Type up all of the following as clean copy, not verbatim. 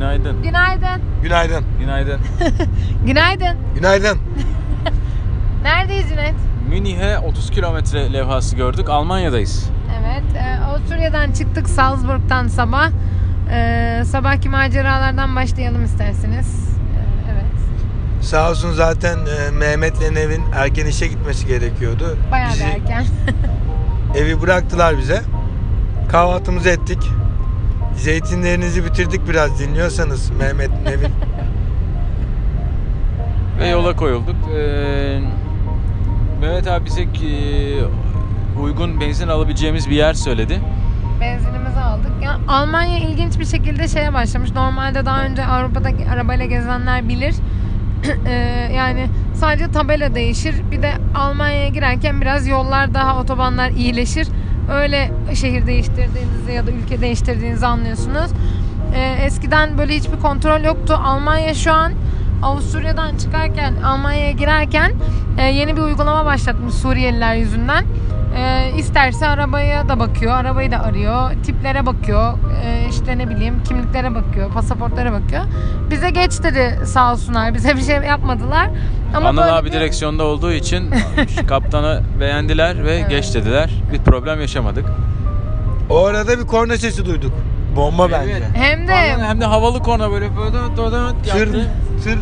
Günaydın. Günaydın. Günaydın. Günaydın. Günaydın. Günaydın. Neredeyiz Cüneyt? Münih'e 30 kilometre levhası gördük. Almanya'dayız. Evet. Avusturya'dan çıktık, Salzburg'dan sabah. Sabahki maceralardan başlayalım isterseniz. Evet. Sağ olsun zaten Mehmet'le Nevin erken işe gitmesi gerekiyordu. Bayağı Bizi da erken. evi bıraktılar bize. Kahvaltımızı ettik. Zeytinlerinizi bitirdik biraz dinliyorsanız Mehmet, Nevin. Ve yola koyulduk. Mehmet abi bize uygun benzin alabileceğimiz bir yer söyledi. Benzinimizi aldık. Ya, Almanya ilginç bir şekilde şeye başlamış. Normalde daha önce Avrupa'da arabayla gezenler bilir. Yani sadece tabela değişir. Bir de Almanya'ya girerken biraz yollar daha, otobanlar iyileşir. Öyle şehir değiştirdiğinizi ya da ülke değiştirdiğinizi anlıyorsunuz. Eskiden böyle hiçbir kontrol yoktu. Almanya şu an Avusturya'dan çıkarken Almanya'ya girerken yeni bir uygulama başlatmış Suriyeliler yüzünden. İsterse arabaya da bakıyor, arabayı da arıyor, tiplere bakıyor, işte ne bileyim kimliklere bakıyor, pasaportlara bakıyor. Bize geç dedi sağ olsunlar, bize bir şey yapmadılar. Ama Anıl abi direksiyonda olduğu için kaptanı beğendiler ve geç dediler. Bir problem yaşamadık. O arada bir korna sesi duyduk. Bomba bence. Evet. Hem de havalı korna böyle Tır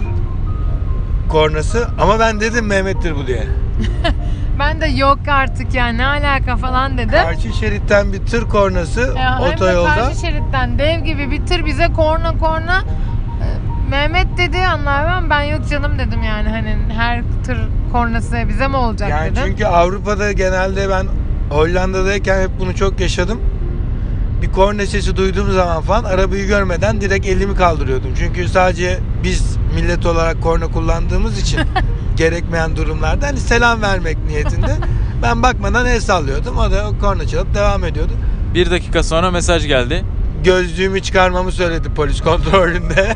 kornası ama ben dedim Mehmet'tir bu diye. ben de yok artık ya ne alaka falan dedim. Karşı şeritten bir tır kornası Hem de otoyolda. karşı şeritten dev gibi bir tır bize korna. Mehmet dedi anlamam, ben yok canım dedim, yani hani her tır kornası bize mi olacak Yani dedim. çünkü Avrupa'da genelde ben Hollanda'dayken hep bunu çok yaşadım. Bir korna sesi duyduğum zaman falan arabayı görmeden direkt elimi kaldırıyordum. Çünkü sadece biz millet olarak korna kullandığımız için gerekmeyen durumlarda hani selam vermek niyetinde ben bakmadan el sallıyordum. O da korna çalıp devam ediyordu. 1 dakika sonra mesaj geldi. Gözlüğümü çıkarmamı söyledi polis kontrolünde.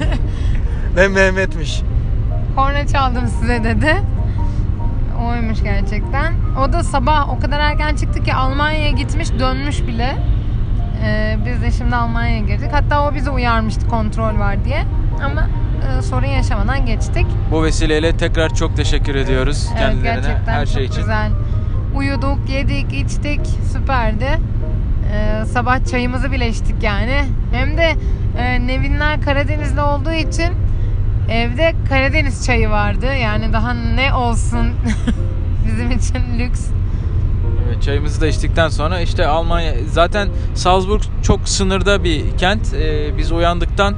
Ve Mehmet'miş. Korna çaldım size dedi. Oymuş gerçekten. O da sabah o kadar erken çıktı ki Almanya'ya gitmiş, dönmüş bile. Biz de şimdi Almanya'ya girdik. Hatta o bizi uyarmıştı kontrol var diye. Ama sorun yaşamadan geçtik. Bu vesileyle tekrar çok teşekkür ediyoruz kendilerine, gerçekten her şey çok için. güzel. Uyuduk, yedik, içtik. Süperdi. Sabah çayımızı bile içtik yani. Hem de Nevinler Karadenizli olduğu için evde Karadeniz çayı vardı. Yani daha ne olsun bizim için lüks. Evet, çayımızı da içtikten sonra işte Almanya, zaten Salzburg çok sınırda bir kent. Biz uyandıktan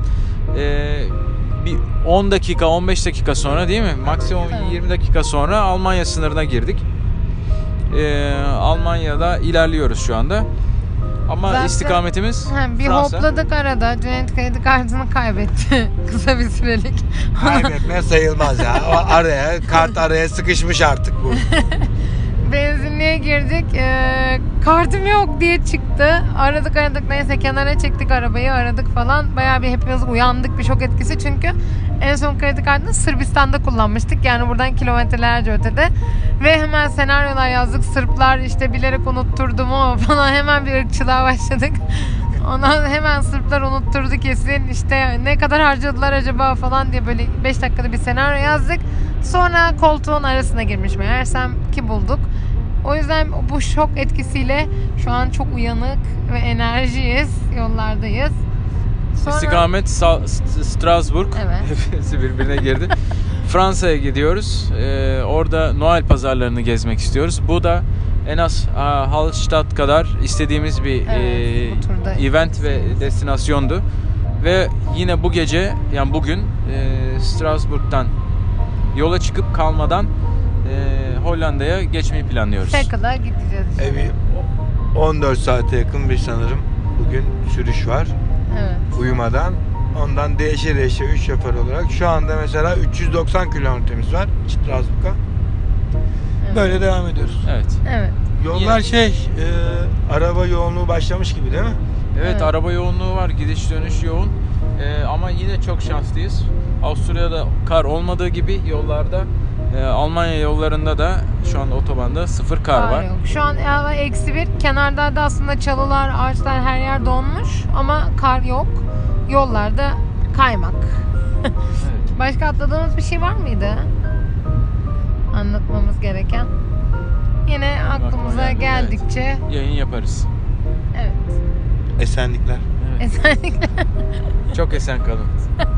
bir 10 dakika 15 dakika sonra değil mi? Maksimum 20 dakika sonra Almanya sınırına girdik. Almanya'da ilerliyoruz şu anda. Ama Zaten istikametimiz bir Fransa. hopladık arada. Cüneyt kredi kartını kaybetti. Kısa bir sürelik. Kaybetme sayılmaz ya. O kart araya sıkışmış artık bu. Benzinliğe girdik. Kartım yok diye çıktı. Aradık neyse kenara çektik arabayı, aradık falan. Bayağı bir hepimiz uyandık, bir şok etkisi çünkü en son kredi kartını Sırbistan'da kullanmıştık. Yani buradan kilometrelerce ötede. Ve hemen senaryolar yazdık. Sırplar işte bilerek unutturdu mu falan, hemen bir ırkçılığa başladık. Ondan hemen Sırplar unutturdu kesin, işte ne kadar harcadılar acaba falan diye böyle 5 dakikada bir senaryo yazdık. Sonra koltuğun arasına girmiş meğersem ki bulduk. O yüzden bu şok etkisiyle şu an çok uyanık ve enerjiyiz, yollardayız. Sonra... İstikamet Strasbourg. Evet. Hepsi birbirine girdi. Fransa'ya gidiyoruz. Orada Noel pazarlarını gezmek istiyoruz. Bu da en az Hallstatt kadar istediğimiz bir event ve destinasyondu. Ve yine bu gece, yani bugün Strasbourg'dan yola çıkıp kalmadan Hollanda'ya geçmeyi planlıyoruz. Tekrar gideceğiz işte. Evi 14 saate yakın bir sanırım bugün sürüş var. Evet. Uyumadan. Ondan değişe 3 şoför olarak. Şu anda mesela 390 kilometremiz var Strasbourg'a. Evet. Böyle devam ediyoruz. Evet. Yollar araba yoğunluğu başlamış gibi değil mi? Evet, araba yoğunluğu var, gidiş dönüş yoğun. Ama yine çok şanslıyız. Avusturya'da kar olmadığı gibi yollarda, Almanya yollarında da şu anda otobanda 0 kar var. Yok. Şu an hava -1. Kenarlarda aslında çalılar, ağaçlar, her yer donmuş ama kar yok. Yollarda kaymak. Evet. Başka atladığımız bir şey var mıydı? Anlatmamız gereken. Yine aklımıza gelmedi, geldikçe. Yayın yaparız. Evet. Esenlikler. Evet. Esenlikle. Çok esen kalın.